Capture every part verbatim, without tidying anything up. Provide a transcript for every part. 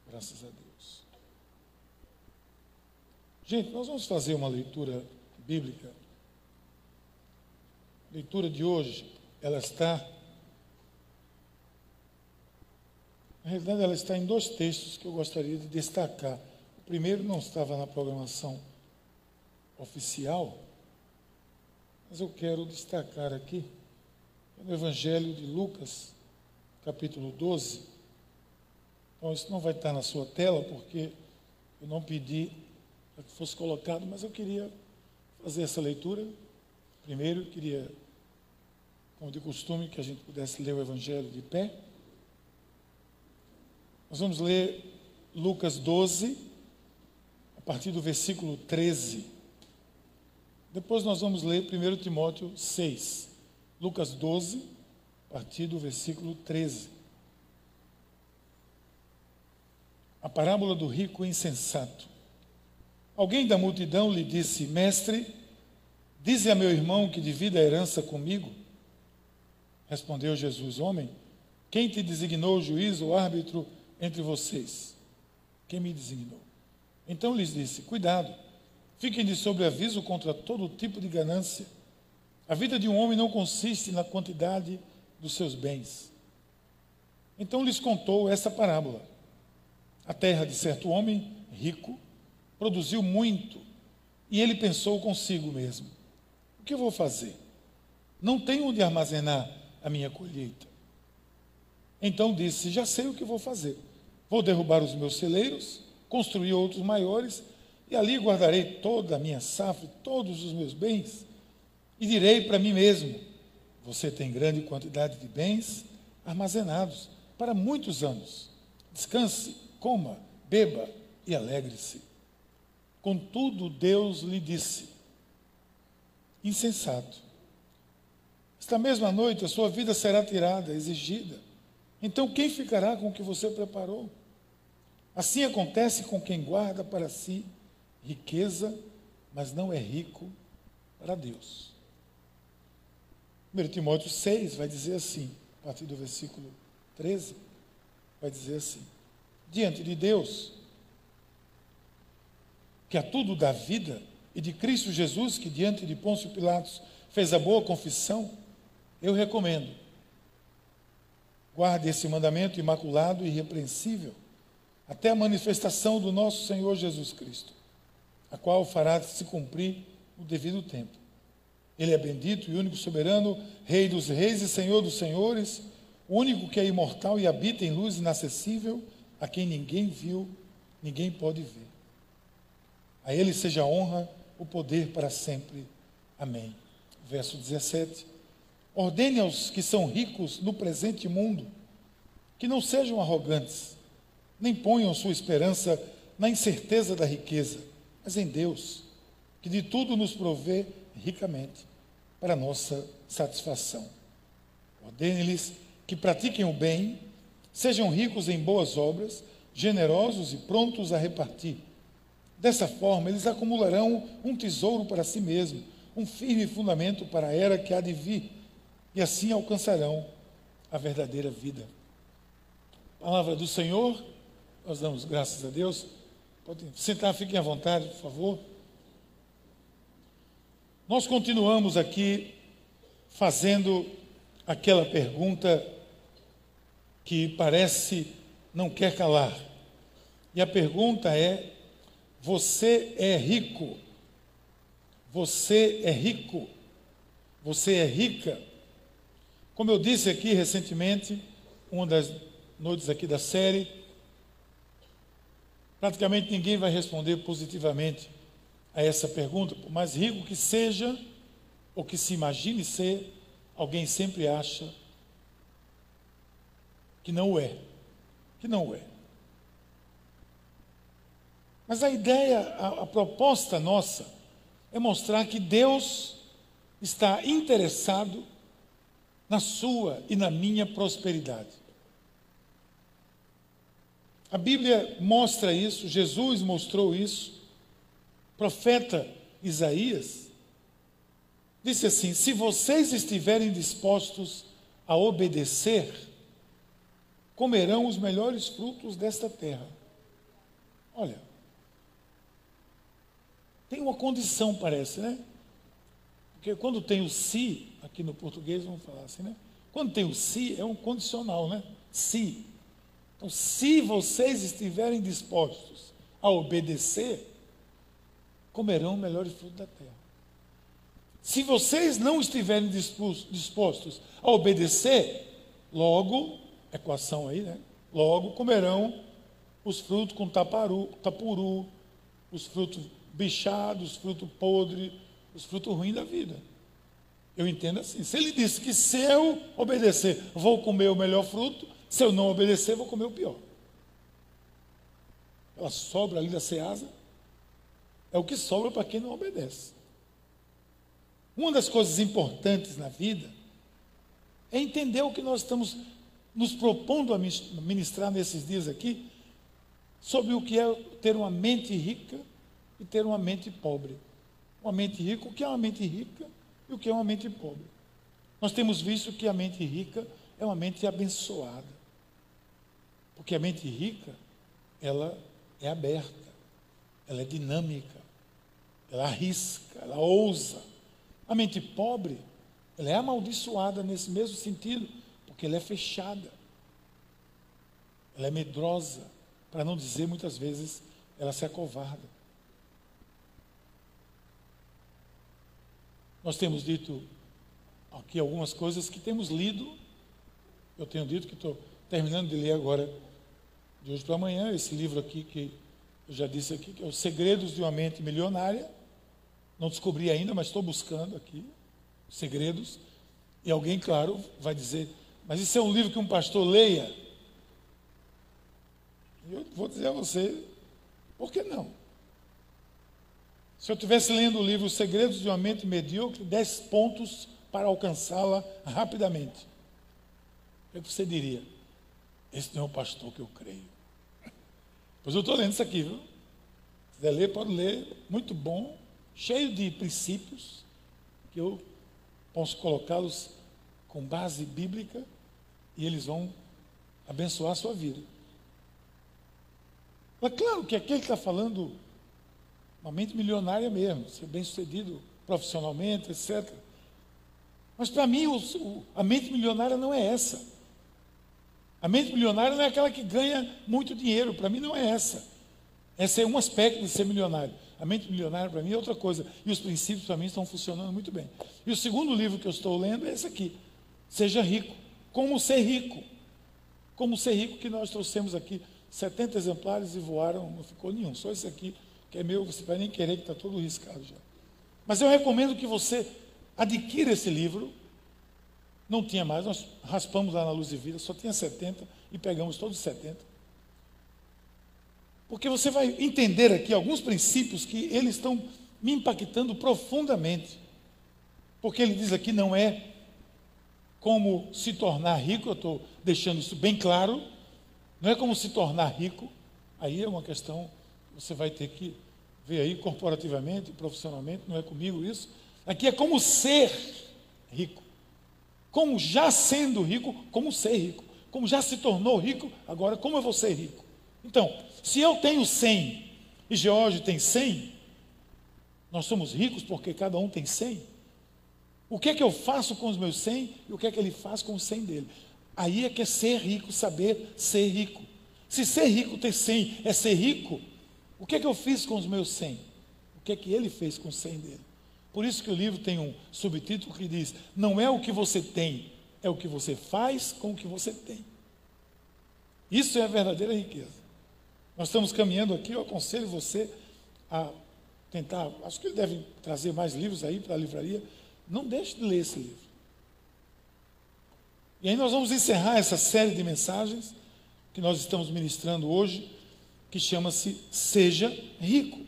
Graças a Deus. Gente, nós vamos fazer uma leitura bíblica. A leitura de hoje, ela está... Na realidade, ela está em dois textos que eu gostaria de destacar. O primeiro não estava na programação oficial, mas eu quero destacar aqui, no Evangelho de Lucas, capítulo doze. Então, isso não vai estar na sua tela, porque eu não pedi para que fosse colocado, mas eu queria fazer essa leitura. Primeiro, eu queria, como de costume, que a gente pudesse ler o Evangelho de pé. Nós vamos ler Lucas doze, a partir do versículo treze. Depois nós vamos ler primeiro Timóteo seis. Lucas doze, a partir do versículo treze. A parábola do rico insensato. Alguém da multidão lhe disse: Mestre, dize a meu irmão que divida a herança comigo. Respondeu Jesus: Homem, quem te designou o juiz ou árbitro entre vocês? Quem me designou? Então lhes disse: Cuidado, fiquem de sobreaviso contra todo tipo de ganância. A vida de um homem não consiste na quantidade dos seus bens. Então lhes contou essa parábola. A terra de certo homem rico produziu muito, e ele pensou consigo mesmo: o que eu vou fazer? Não tenho onde armazenar a minha colheita. Então disse: já sei o que vou fazer. Vou derrubar os meus celeiros, construir outros maiores, e ali guardarei toda a minha safra, todos os meus bens, e direi para mim mesmo: você tem grande quantidade de bens armazenados para muitos anos. Descanse, coma, beba e alegre-se. Contudo, Deus lhe disse: insensato, esta mesma noite a sua vida será tirada, exigida. Então quem ficará com o que você preparou? Assim acontece com quem guarda para si riqueza, mas não é rico para Deus. primeiro Timóteo seis vai dizer assim, a partir do versículo treze, vai dizer assim: diante de Deus, que a tudo dá vida, e de Cristo Jesus, que diante de Pôncio Pilatos fez a boa confissão, eu recomendo: guarde esse mandamento imaculado e irrepreensível, até a manifestação do nosso Senhor Jesus Cristo, a qual fará se cumprir o devido tempo. Ele é bendito e único soberano, Rei dos reis e Senhor dos senhores, o único que é imortal e habita em luz inacessível, a quem ninguém viu, ninguém pode ver. A ele seja a honra, o poder para sempre. Amém. Verso dezessete. Ordene aos que são ricos no presente mundo que não sejam arrogantes, nem ponham sua esperança na incerteza da riqueza, mas em Deus, que de tudo nos provê ricamente para nossa satisfação. Ordene-lhes que pratiquem o bem, sejam ricos em boas obras, generosos e prontos a repartir. Dessa forma, eles acumularão um tesouro para si mesmos, um firme fundamento para a era que há de vir, e assim alcançarão a verdadeira vida. Palavra do Senhor, nós damos graças a Deus. Podem sentar, fiquem à vontade, por favor. Nós continuamos aqui fazendo aquela pergunta que parece não quer calar. E a pergunta é: você é rico? Você é rico? Você é rica? Como eu disse aqui recentemente, uma das noites aqui da série, praticamente ninguém vai responder positivamente a essa pergunta. Por mais rico que seja, ou que se imagine ser, alguém sempre acha que não o é. Que não o é. Mas a ideia, a, a proposta nossa é mostrar que Deus está interessado na sua e na minha prosperidade. A Bíblia mostra isso, Jesus mostrou isso. O profeta Isaías disse assim: se vocês estiverem dispostos a obedecer, comerão os melhores frutos desta terra. Olha, tem uma condição, parece, né? Porque quando tem o se, aqui no português vamos falar assim, né? Quando tem o se, é um condicional, né? Se. Então, se vocês estiverem dispostos a obedecer, comerão o melhor fruto da terra. Se vocês não estiverem dispostos a obedecer, logo, equação aí, né? Logo comerão os frutos com taparu, tapuru, os frutos bichados, os frutos podres, os frutos ruins da vida. Eu entendo assim. Se ele disse que se eu obedecer, vou comer o melhor fruto, se eu não obedecer, vou comer o pior. Ela sobra ali da ceasa, é o que sobra para quem não obedece. Uma das coisas importantes na vida é entender o que nós estamos nos propondo a ministrar nesses dias aqui, sobre o que é ter uma mente rica e ter uma mente pobre. Uma mente rica, o que é uma mente rica e o que é uma mente pobre. Nós temos visto que a mente rica é uma mente abençoada. Porque a mente rica, ela é aberta, ela é dinâmica, ela arrisca, ela ousa. A mente pobre, ela é amaldiçoada nesse mesmo sentido, porque ela é fechada, ela é medrosa, para não dizer muitas vezes, ela se acovarda. Nós temos dito aqui algumas coisas que temos lido, eu tenho dito que estou terminando de ler agora, de hoje para amanhã, esse livro aqui que eu já disse aqui, que é Os Segredos de uma Mente Milionária. Não descobri ainda, mas estou buscando aqui os segredos. E alguém, claro, vai dizer, mas isso é um livro que um pastor leia? E eu vou dizer a você, por que não? Se eu estivesse lendo o livro Os Segredos de uma Mente Medíocre, dez pontos para alcançá-la rapidamente, o que você diria? Esse não é o pastor que eu creio. Pois eu estou lendo isso aqui, viu? Se quiser ler, pode ler, muito bom, cheio de princípios, que eu posso colocá-los com base bíblica, e eles vão abençoar a sua vida. Mas claro que aquele que está falando, uma mente milionária mesmo, ser bem sucedido profissionalmente, etcétera. Mas para mim, o, o, a mente milionária não é essa. A mente milionária não é aquela que ganha muito dinheiro, para mim não é essa. Esse é um aspecto de ser milionário. A mente milionária para mim é outra coisa. E os princípios para mim estão funcionando muito bem. E o segundo livro que eu estou lendo é esse aqui. Seja rico. Como ser rico. Como ser rico, que nós trouxemos aqui setenta exemplares e voaram, não ficou nenhum. Só esse aqui, que é meu, você vai nem querer, que está todo riscado já. Mas eu recomendo que você adquira esse livro. Não tinha mais, nós raspamos lá na Luz de Vida, só tinha setenta e pegamos todos os setenta. Porque você vai entender aqui alguns princípios que eles estão me impactando profundamente. Porque ele diz aqui, não é como se tornar rico, eu estou deixando isso bem claro, não é como se tornar rico, aí é uma questão que você vai ter que ver aí corporativamente, profissionalmente, não é comigo isso. Aqui é como ser rico. Como já sendo rico, como ser rico. Como já se tornou rico, agora como eu vou ser rico? Então, se eu tenho cem e George tem cem, nós somos ricos porque cada um tem cem. O que é que eu faço com os meus cem e o que é que ele faz com os cem dele? Aí é que é ser rico, saber ser rico. Se ser rico, ter cem é ser rico, o que é que eu fiz com os meus cem? O que é que ele fez com os cem dele? Por isso que o livro tem um subtítulo que diz, não é o que você tem, é o que você faz com o que você tem. Isso é a verdadeira riqueza. Nós estamos caminhando aqui, eu aconselho você a tentar, acho que ele deve trazer mais livros aí para a livraria, não deixe de ler esse livro. E aí nós vamos encerrar essa série de mensagens que nós estamos ministrando hoje, que chama-se Seja Rico.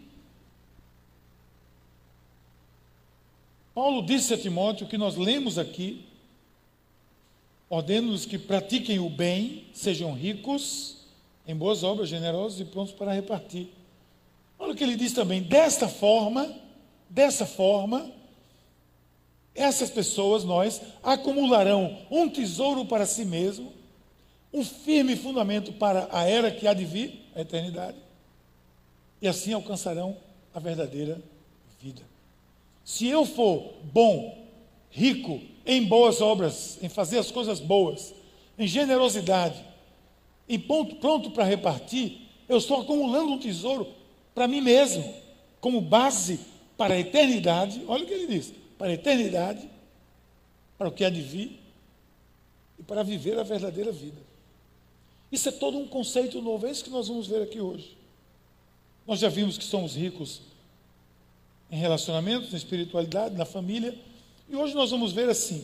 Paulo disse a Timóteo que nós lemos aqui, ordena-nos que pratiquem o bem, sejam ricos, em boas obras, generosos e prontos para repartir. Olha o que ele diz também, desta forma, dessa forma, essas pessoas, nós, acumularão um tesouro para si mesmo, um firme fundamento para a era que há de vir, a eternidade. e assim alcançarão a verdadeira vida. Se eu for bom, rico em boas obras, em fazer as coisas boas, em generosidade, e ponto, pronto para repartir, eu estou acumulando um tesouro para mim mesmo, como base para a eternidade. Olha o que ele diz: para a eternidade, para o que há de vir e para viver a verdadeira vida. Isso é todo um conceito novo, é isso que nós vamos ver aqui hoje. Nós já vimos que somos ricos em relacionamentos, na espiritualidade, na família, e hoje nós vamos ver assim,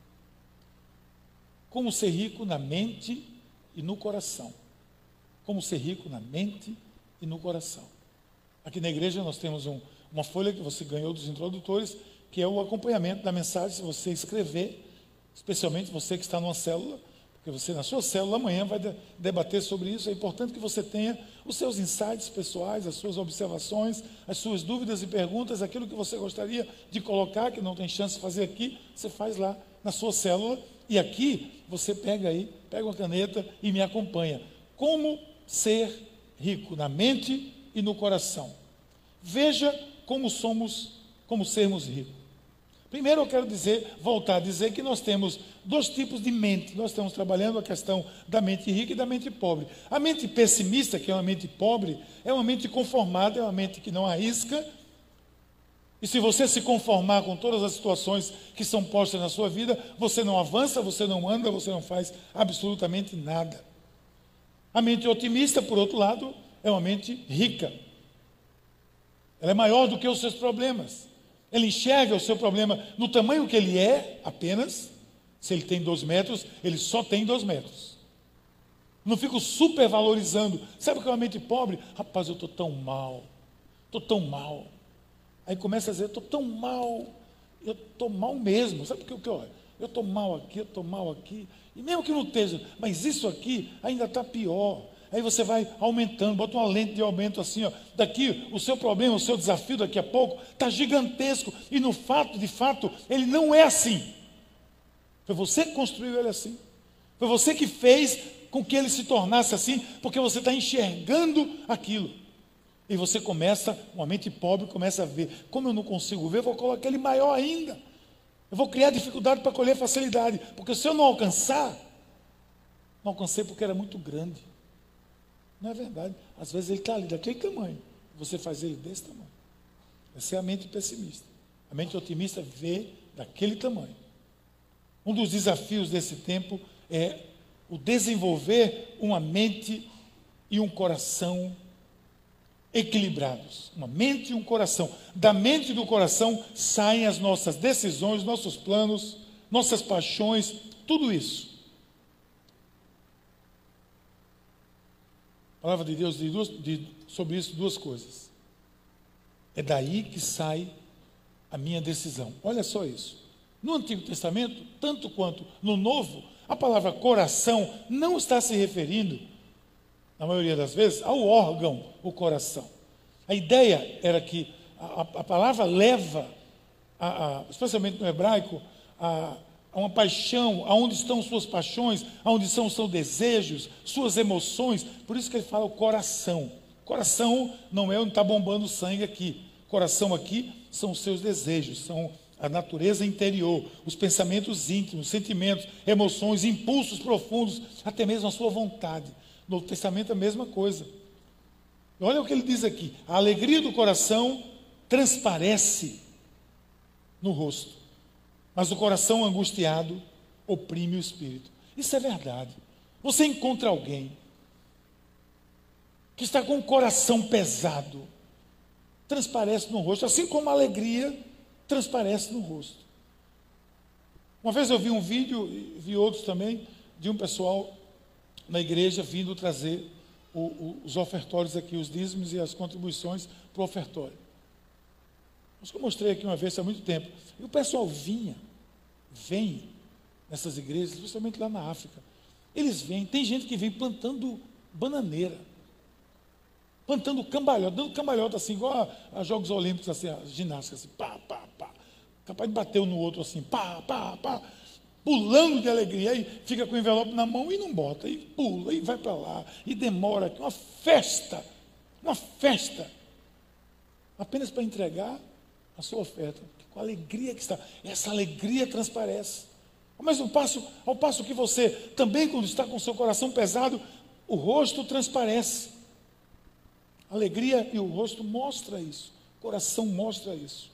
como ser rico na mente e no coração. Como ser rico na mente e no coração. Aqui na igreja nós temos um, uma folha que você ganhou dos introdutores, que é o acompanhamento da mensagem, se você escrever, especialmente você que está numa célula, porque você na sua célula amanhã vai de, debater sobre isso. É importante que você tenha os seus insights pessoais, as suas observações, as suas dúvidas e perguntas, aquilo que você gostaria de colocar, que não tem chance de fazer aqui, você faz lá na sua célula, e aqui você pega aí, pega uma caneta e me acompanha. Como ser rico na mente e no coração. Veja como somos, como sermos ricos. Primeiro eu quero dizer, voltar a dizer que nós temos dois tipos de mente. Nós estamos trabalhando a questão da mente rica e da mente pobre. A mente pessimista, que é uma mente pobre, é uma mente conformada, é uma mente que não arrisca. E se você se conformar com todas as situações que são postas na sua vida, você não avança, você não anda, você não faz absolutamente nada. A mente otimista, por outro lado, é uma mente rica. Ela é maior do que os seus problemas. Ele enxerga o seu problema no tamanho que ele é, apenas. Se ele tem dois metros, ele só tem dois metros. Não fico supervalorizando. Sabe o que é uma mente pobre? Rapaz, eu estou tão mal. Estou tão mal. Aí começa a dizer, estou tão mal. Eu estou mal mesmo. Sabe o que eu olho? Eu estou mal aqui, eu estou mal aqui. E mesmo que não esteja, mas isso aqui ainda está pior. Aí você vai aumentando, bota uma lente de aumento assim, ó. Daqui, o seu problema, o seu desafio daqui a pouco está gigantesco. E no fato, de fato, ele não é assim. Foi você que construiu ele assim. Foi você que fez com que ele se tornasse assim, porque você está enxergando aquilo. E você começa, uma mente pobre começa a ver. Como eu não consigo ver, eu vou colocar ele maior ainda. Eu vou criar dificuldade para colher facilidade. Porque se eu não alcançar, não alcancei porque era muito grande. Não é verdade. Às vezes ele está ali daquele tamanho. Você faz ele desse tamanho. Essa é a mente pessimista. A mente otimista vê daquele tamanho. Um dos desafios desse tempo é o desenvolver uma mente e um coração equilibrados. Uma mente e um coração. Da mente e do coração saem as nossas decisões, nossos planos, nossas paixões, tudo isso. A palavra de Deus diz duas, diz sobre isso duas coisas. É daí que sai a minha decisão. Olha só isso. No Antigo Testamento, tanto quanto no Novo, a palavra coração não está se referindo, na maioria das vezes, ao órgão, o coração. A ideia era que a, a palavra leva, a, a, especialmente no hebraico, a, a uma paixão, aonde estão suas paixões, aonde são os seus desejos, suas emoções. Por isso que ele fala o coração. Coração não é onde está bombando sangue aqui. Coração aqui são os seus desejos, são a natureza interior, os pensamentos íntimos, sentimentos, emoções, impulsos profundos, até mesmo a sua vontade. No Novo Testamento é a mesma coisa. Olha o que ele diz aqui: a alegria do coração transparece no rosto, mas o coração angustiado oprime o espírito. Isso é verdade. Você encontra alguém que está com o coração pesado, transparece no rosto, assim como a alegria transparece no rosto. Uma vez eu vi um vídeo, e vi outros também, de um pessoal na igreja vindo trazer o, o, os ofertórios aqui, os dízimos e as contribuições para o ofertório. Acho que eu mostrei aqui uma vez há muito tempo. E o pessoal vinha, vem nessas igrejas, especialmente lá na África. Eles vêm, tem gente que vem plantando bananeira, plantando cambalhota, dando cambalhota assim, igual a, a Jogos Olímpicos, assim, a ginástica, assim, pá, pá, pá. Capaz de bater um no outro assim, pá, pá, pá, pulando de alegria, aí fica com o envelope na mão e não bota, e pula, e vai para lá, e demora, uma festa, uma festa. apenas para entregar a sua oferta, com a alegria que está, essa alegria transparece. Mas ao passo, ao passo que você também, quando está com o seu coração pesado, o rosto transparece. A alegria e o rosto mostra isso, o coração mostra isso.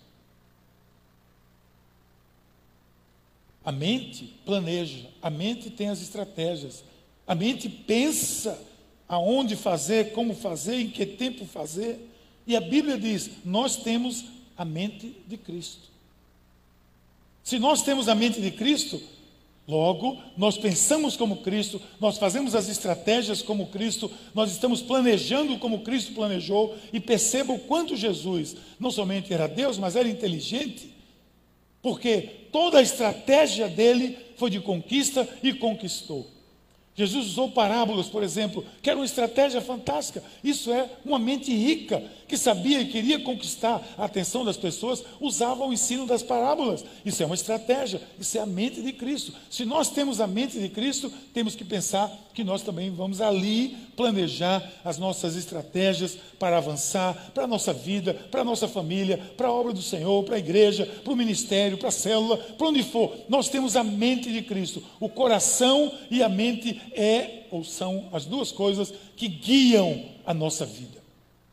A mente planeja, a mente tem as estratégias, a mente pensa aonde fazer, como fazer, em que tempo fazer. E a Bíblia diz, nós temos a mente de Cristo. Se nós temos a mente de Cristo, logo, nós pensamos como Cristo, nós fazemos as estratégias como Cristo, nós estamos planejando como Cristo planejou, e perceba o quanto Jesus não somente era Deus, mas era inteligente, porque toda a estratégia dele foi de conquista e conquistou. Jesus usou parábolas, por exemplo, que era uma estratégia fantástica. Isso é uma mente rica, que sabia e queria conquistar a atenção das pessoas, usava o ensino das parábolas. Isso é uma estratégia, isso é a mente de Cristo. Se nós temos a mente de Cristo, temos que pensar que nós também vamos ali planejar as nossas estratégias para avançar, para a nossa vida, para a nossa família, para a obra do Senhor, para a igreja, para o ministério, para a célula, para onde for. Nós temos a mente de Cristo. O coração e a mente é ou são as duas coisas que guiam a nossa vida.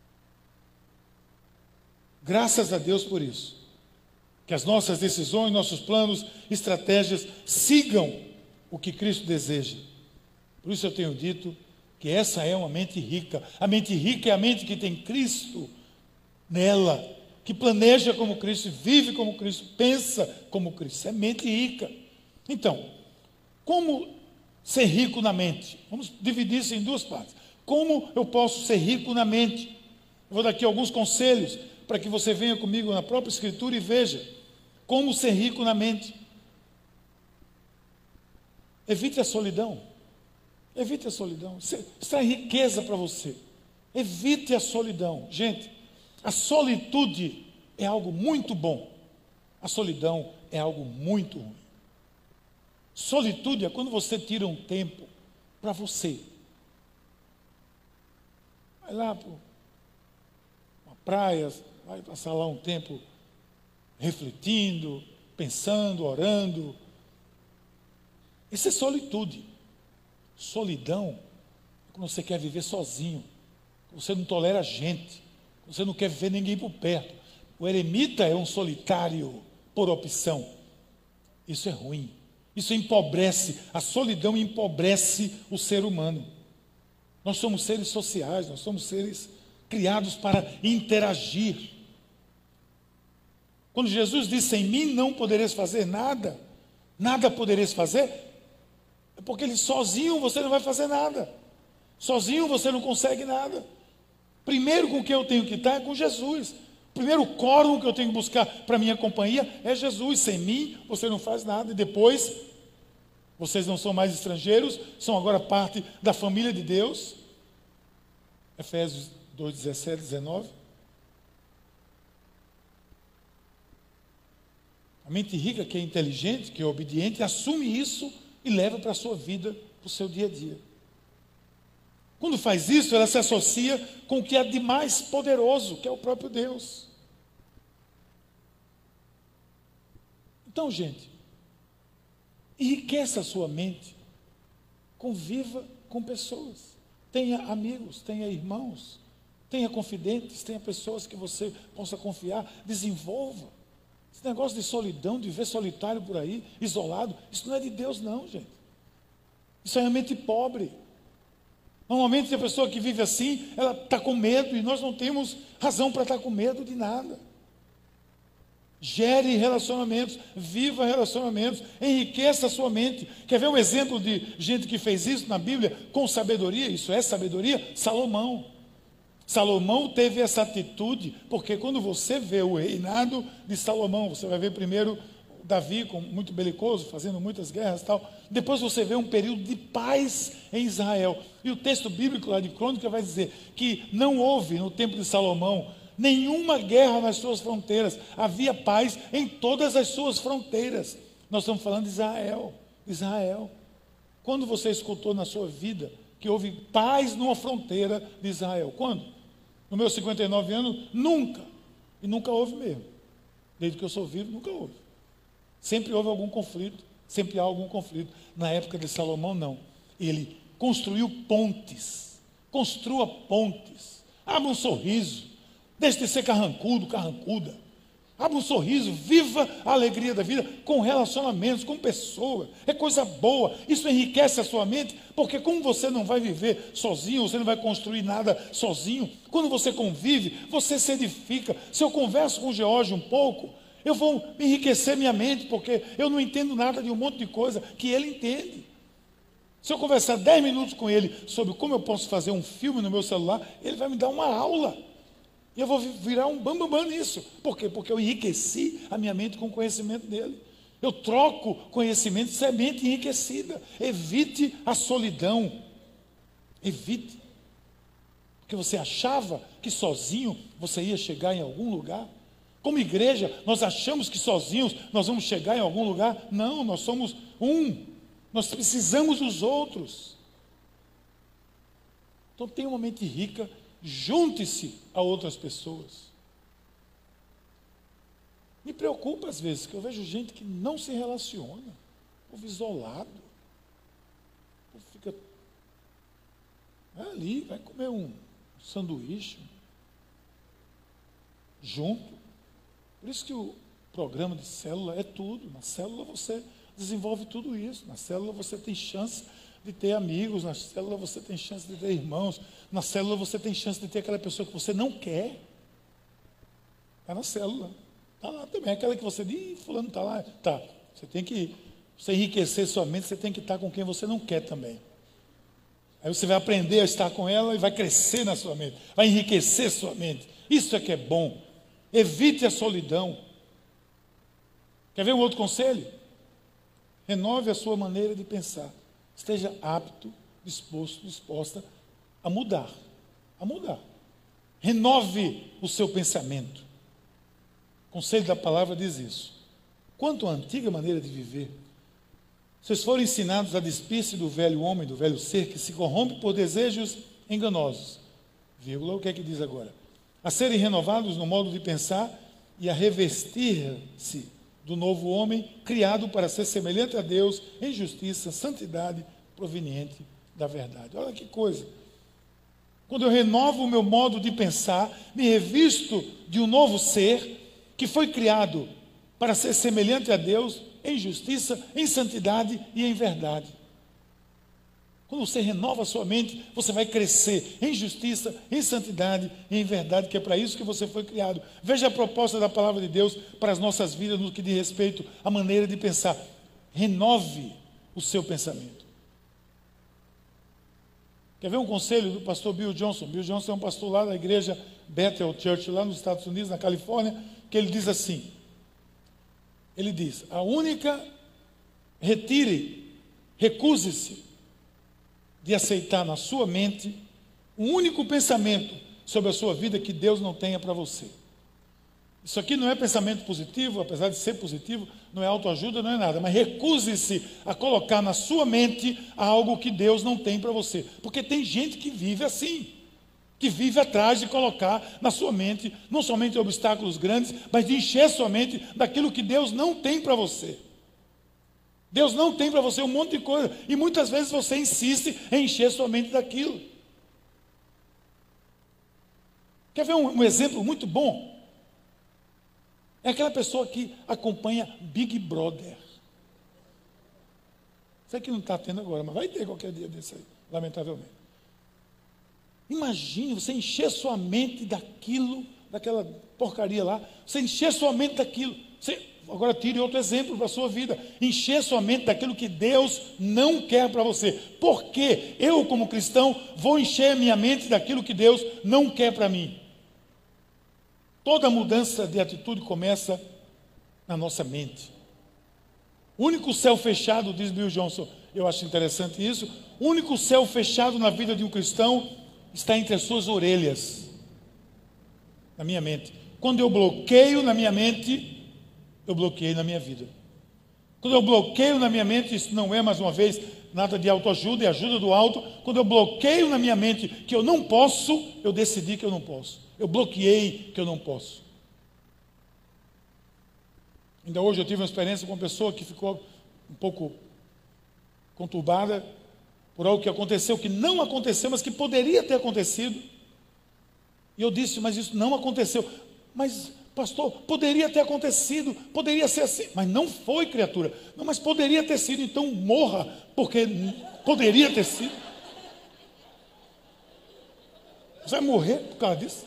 Graças a Deus por isso. Que as nossas decisões, nossos planos, estratégias sigam o que Cristo deseja. Por isso eu tenho dito que essa é uma mente rica. A mente rica é a mente que tem Cristo nela, que planeja como Cristo, vive como Cristo, pensa como Cristo. É mente rica. Então, como ser rico na mente? Vamos dividir isso em duas partes. Como eu posso ser rico na mente? Eu vou dar aqui alguns conselhos para que você venha comigo na própria Escritura e veja como ser rico na mente. Evite a solidão. Evite a solidão. Isso é riqueza para você. Evite a solidão. Gente, a solitude é algo muito bom. A solidão é algo muito ruim. Solitude é quando você tira um tempo para você. Vai lá para uma praia, vai passar lá um tempo refletindo, pensando, orando. Isso é solitude. Solidão é quando você quer viver sozinho, você não tolera gente, você não quer ver ninguém por perto. O eremita é um solitário por opção. Isso é ruim. Isso empobrece, a solidão empobrece o ser humano. Nós somos seres sociais, nós somos seres criados para interagir. Quando Jesus disse, em mim não podereis fazer nada, nada podereis fazer, é porque ele sozinho você não vai fazer nada. Sozinho você não consegue nada. Primeiro com quem eu tenho que estar é com Jesus. Primeiro quórum que eu tenho que buscar para a minha companhia é Jesus. Sem mim você não faz nada. E depois, vocês não são mais estrangeiros, são agora parte da família de Deus. Efésios dois, dezessete, dezenove. A mente rica, que é inteligente, que é obediente, assume isso e leva para a sua vida, para o seu dia a dia. Quando faz isso, ela se associa com o que há de mais poderoso, que é o próprio Deus. Então, gente, enriqueça a sua mente, conviva com pessoas, tenha amigos, tenha irmãos, tenha confidentes, tenha pessoas que você possa confiar, desenvolva. Esse negócio de solidão, de viver solitário por aí, isolado, isso não é de Deus não, gente. Isso é uma mente pobre. Normalmente a pessoa que vive assim, ela está com medo, e nós não temos razão para estar com medo de nada. Gere relacionamentos, viva relacionamentos, enriqueça a sua mente. Quer ver um exemplo de gente que fez isso na Bíblia com sabedoria? Isso é sabedoria? Salomão. Salomão teve essa atitude, porque quando você vê o reinado de Salomão, você vai ver primeiro Davi, como muito belicoso, fazendo muitas guerras e tal. Depois você vê um período de paz em Israel. E o texto bíblico lá de Crônica vai dizer que não houve no tempo de Salomão nenhuma guerra nas suas fronteiras. Havia paz em todas as suas fronteiras. Nós estamos falando de Israel. Israel. Quando você escutou na sua vida que houve paz numa fronteira de Israel? Quando? No meus cinquenta e nove anos? Nunca. E nunca houve mesmo. Desde que eu sou vivo, nunca houve. Sempre houve algum conflito, sempre há algum conflito. Na época de Salomão, não. Ele construiu pontes. Construa pontes. Abra um sorriso. Deixe de ser carrancudo, carrancuda. Abra um sorriso, viva a alegria da vida com relacionamentos, com pessoas. É coisa boa. Isso enriquece a sua mente, porque como você não vai viver sozinho, você não vai construir nada sozinho. Quando você convive, você se edifica. Se eu converso com o George um pouco, eu vou enriquecer minha mente, porque eu não entendo nada de um monte de coisa que ele entende. Se eu conversar dez minutos com ele sobre como eu posso fazer um filme no meu celular, ele vai me dar uma aula. E eu vou virar um bambambam bam, bam nisso. Por quê? Porque eu enriqueci a minha mente com o conhecimento dele. Eu troco conhecimento, semente enriquecida. Evite a solidão. Evite. Porque você achava que sozinho você ia chegar em algum lugar. Como igreja, nós achamos que sozinhos nós vamos chegar em algum lugar. Não, nós somos um. Nós precisamos dos outros. Então tenha uma mente rica. Junte-se a outras pessoas. Me preocupa às vezes que eu vejo gente que não se relaciona, povo isolado, povo fica vai ali, vai comer um sanduíche junto. Por isso que o programa de célula é tudo. Na célula você desenvolve tudo isso. Na célula você tem chance de ter amigos, na célula você tem chance de ter irmãos, na célula você tem chance de ter aquela pessoa que você não quer. Está na célula. Está lá também. Aquela que você diz, fulano está lá. Tá. Você tem que, você enriquecer sua mente, você tem que estar com quem você não quer também. Aí você vai aprender a estar com ela e vai crescer na sua mente, vai enriquecer sua mente. Isso é que é bom. Evite a solidão. Quer ver um outro conselho? Renove a sua maneira de pensar. Esteja apto, disposto, disposta a mudar. A mudar. Renove o seu pensamento. O conselho da palavra diz isso. Quanto à antiga maneira de viver, vocês foram ensinados a despir-se do velho homem, do velho ser, que se corrompe por desejos enganosos. Vírgula, o que é que diz agora? A serem renovados no modo de pensar e a revestir-se do novo homem, criado para ser semelhante a Deus em justiça, santidade, proveniente da verdade. Olha que coisa. Quando eu renovo o meu modo de pensar, me revisto de um novo ser que foi criado para ser semelhante a Deus em justiça, em santidade e em verdade. Quando você renova a sua mente, você vai crescer em justiça, em santidade e em verdade, que é para isso que você foi criado. Veja a proposta da palavra de Deus para as nossas vidas no que diz respeito à maneira de pensar. Renove o seu pensamento. Quer ver um conselho do pastor Bill Johnson? Bill Johnson é um pastor lá da igreja Bethel Church, lá nos Estados Unidos, na Califórnia, que ele diz assim, ele diz, a única, retire, recuse-se de aceitar na sua mente um único pensamento sobre a sua vida que Deus não tenha para você. Isso aqui não é pensamento positivo, apesar de ser positivo, não é autoajuda, não é nada, mas recuse-se a colocar na sua mente algo que Deus não tem para você. Porque tem gente que vive assim, que vive atrás de colocar na sua mente, não somente obstáculos grandes, mas de encher sua mente daquilo que Deus não tem para você. Deus não tem para você um monte de coisa, e muitas vezes você insiste em encher sua mente daquilo. Quer ver um, um exemplo muito bom? É aquela pessoa que acompanha Big Brother. Sei que não está tendo agora, mas vai ter qualquer dia desse aí, lamentavelmente. Imagine você encher sua mente daquilo, daquela porcaria lá, você encher sua mente daquilo. Você, agora tire outro exemplo para a sua vida. Encher sua mente daquilo que Deus não quer para você. Por que eu, como cristão, vou encher minha mente daquilo que Deus não quer para mim? Toda mudança de atitude começa na nossa mente. O único céu fechado, diz Bill Johnson, eu acho interessante isso, o único céu fechado na vida de um cristão está entre as suas orelhas, na minha mente. Quando eu bloqueio na minha mente, eu bloqueei na minha vida. Quando eu bloqueio na minha mente, isso não é, mais uma vez, nada de autoajuda, é ajuda do alto. Quando eu bloqueio na minha mente que eu não posso, eu decidi que eu não posso. Eu bloqueei que eu não posso. Ainda hoje eu tive uma experiência com uma pessoa que ficou um pouco conturbada por algo que aconteceu, que não aconteceu, mas que poderia ter acontecido. E eu disse, mas isso não aconteceu. Mas, pastor, poderia ter acontecido, poderia ser assim. Mas não foi, criatura. Não, mas poderia ter sido, então morra, porque poderia ter sido. Você vai morrer por causa disso?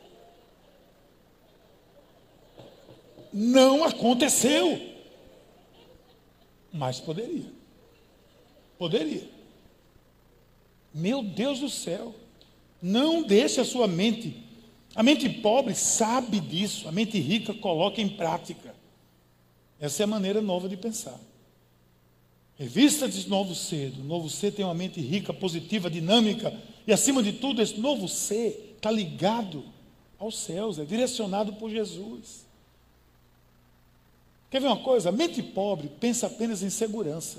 Não aconteceu. Mas poderia. Poderia. Meu Deus do céu. Não deixe a sua mente. A mente pobre sabe disso. A mente rica coloca em prática. Essa é a maneira nova de pensar. Revista de novo ser. O novo ser tem uma mente rica, positiva, dinâmica. E acima de tudo, esse novo ser está ligado aos céus. É direcionado por Jesus. Quer ver uma coisa? A mente pobre pensa apenas em segurança.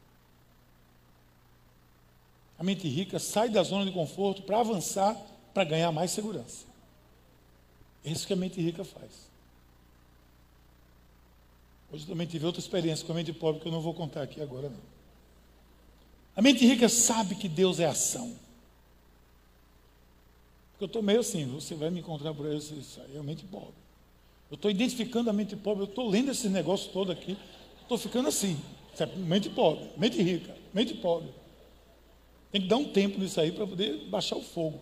A mente rica sai da zona de conforto para avançar, para ganhar mais segurança. É isso que a mente rica faz. Hoje eu também tive outra experiência com a mente pobre que eu não vou contar aqui agora, não. A mente rica sabe que Deus é ação. Porque eu estou meio assim, você vai me encontrar por aí, isso aí é a mente pobre. Eu estou identificando a mente pobre, eu estou lendo esse negócio todo aqui, estou ficando assim, mente pobre, mente rica, mente pobre. Tem que dar um tempo nisso aí para poder baixar o fogo.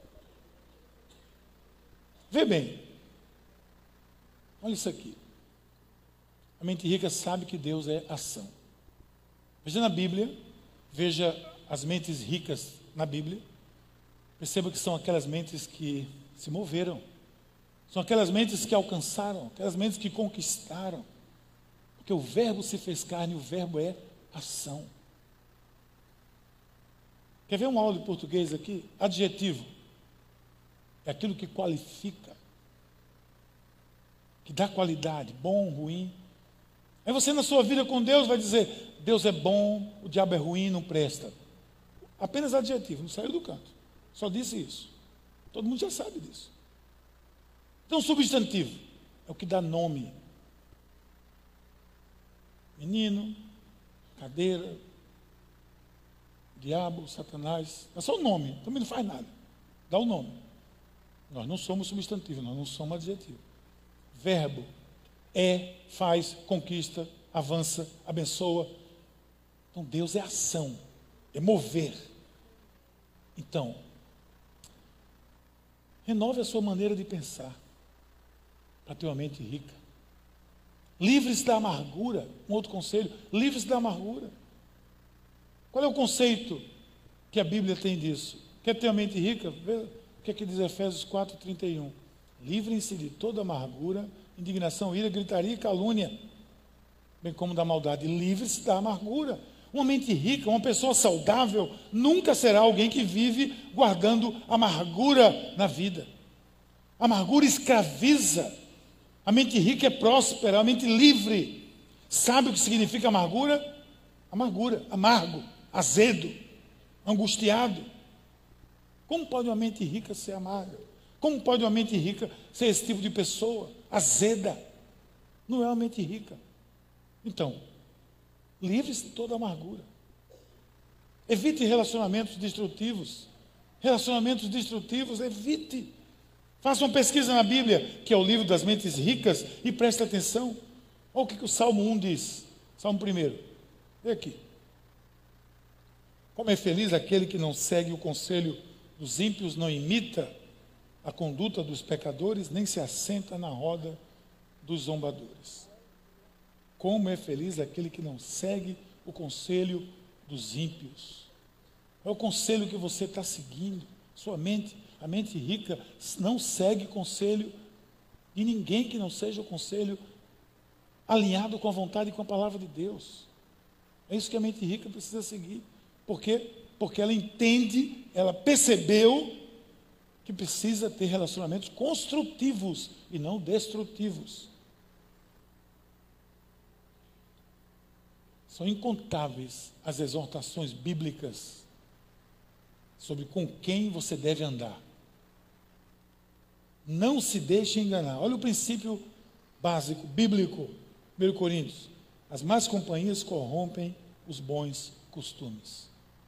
Vê bem, olha isso aqui. A mente rica sabe que Deus é ação. Veja na Bíblia, veja as mentes ricas na Bíblia, perceba que são aquelas mentes que se moveram. São aquelas mentes que alcançaram, aquelas mentes que conquistaram. Porque o verbo se fez carne, o verbo é ação. Quer ver uma aula de português aqui? Adjetivo. É aquilo que qualifica, que dá qualidade, bom, ruim. Aí você na sua vida com Deus vai dizer, Deus é bom, o diabo é ruim, não presta. Apenas adjetivo, não saiu do canto. Só disse isso. Todo mundo já sabe disso. Então, substantivo é o que dá nome. Menino, cadeira, diabo, Satanás. É só o nome, também não faz nada. Dá o nome. Nós não somos substantivo, nós não somos adjetivo. Verbo é, faz, conquista, avança, abençoa. Então, Deus é ação, é mover. Então, renove a sua maneira de pensar. Para ter uma mente rica. Livre-se da amargura. Um outro conselho, livre-se da amargura. Qual é o conceito que a Bíblia tem disso? Quer ter uma mente rica? Vê o que é que diz Efésios quatro, trinta e um. Livrem-se de toda amargura, indignação, ira, gritaria e calúnia, bem como da maldade. Livre-se da amargura. Uma mente rica, uma pessoa saudável, nunca será alguém que vive guardando amargura na vida. A amargura escraviza. A mente rica é próspera, a mente livre. Sabe o que significa amargura? Amargura, amargo, azedo, angustiado. Como pode uma mente rica ser amarga? Como pode uma mente rica ser esse tipo de pessoa? Azeda. Não é uma mente rica. Então, livre-se de toda amargura. Evite relacionamentos destrutivos. Relacionamentos destrutivos, evite. Faça uma pesquisa na Bíblia, que é o livro das mentes ricas, e preste atenção. Olha o que, que o Salmo um diz. Salmo um. Vê aqui. Como é feliz aquele que não segue o conselho dos ímpios, não imita a conduta dos pecadores, nem se assenta na roda dos zombadores. Como é feliz aquele que não segue o conselho dos ímpios. É o conselho que você está seguindo. Sua mente, a mente rica, não segue conselho de ninguém que não seja o conselho alinhado com a vontade e com a palavra de Deus. É isso que a mente rica precisa seguir. Por quê? Porque ela entende, ela percebeu que precisa ter relacionamentos construtivos e não destrutivos. São incontáveis as exortações bíblicas sobre com quem você deve andar. Não se deixe enganar. Olha o princípio básico, bíblico. primeiro Coríntios, as más companhias corrompem os bons costumes.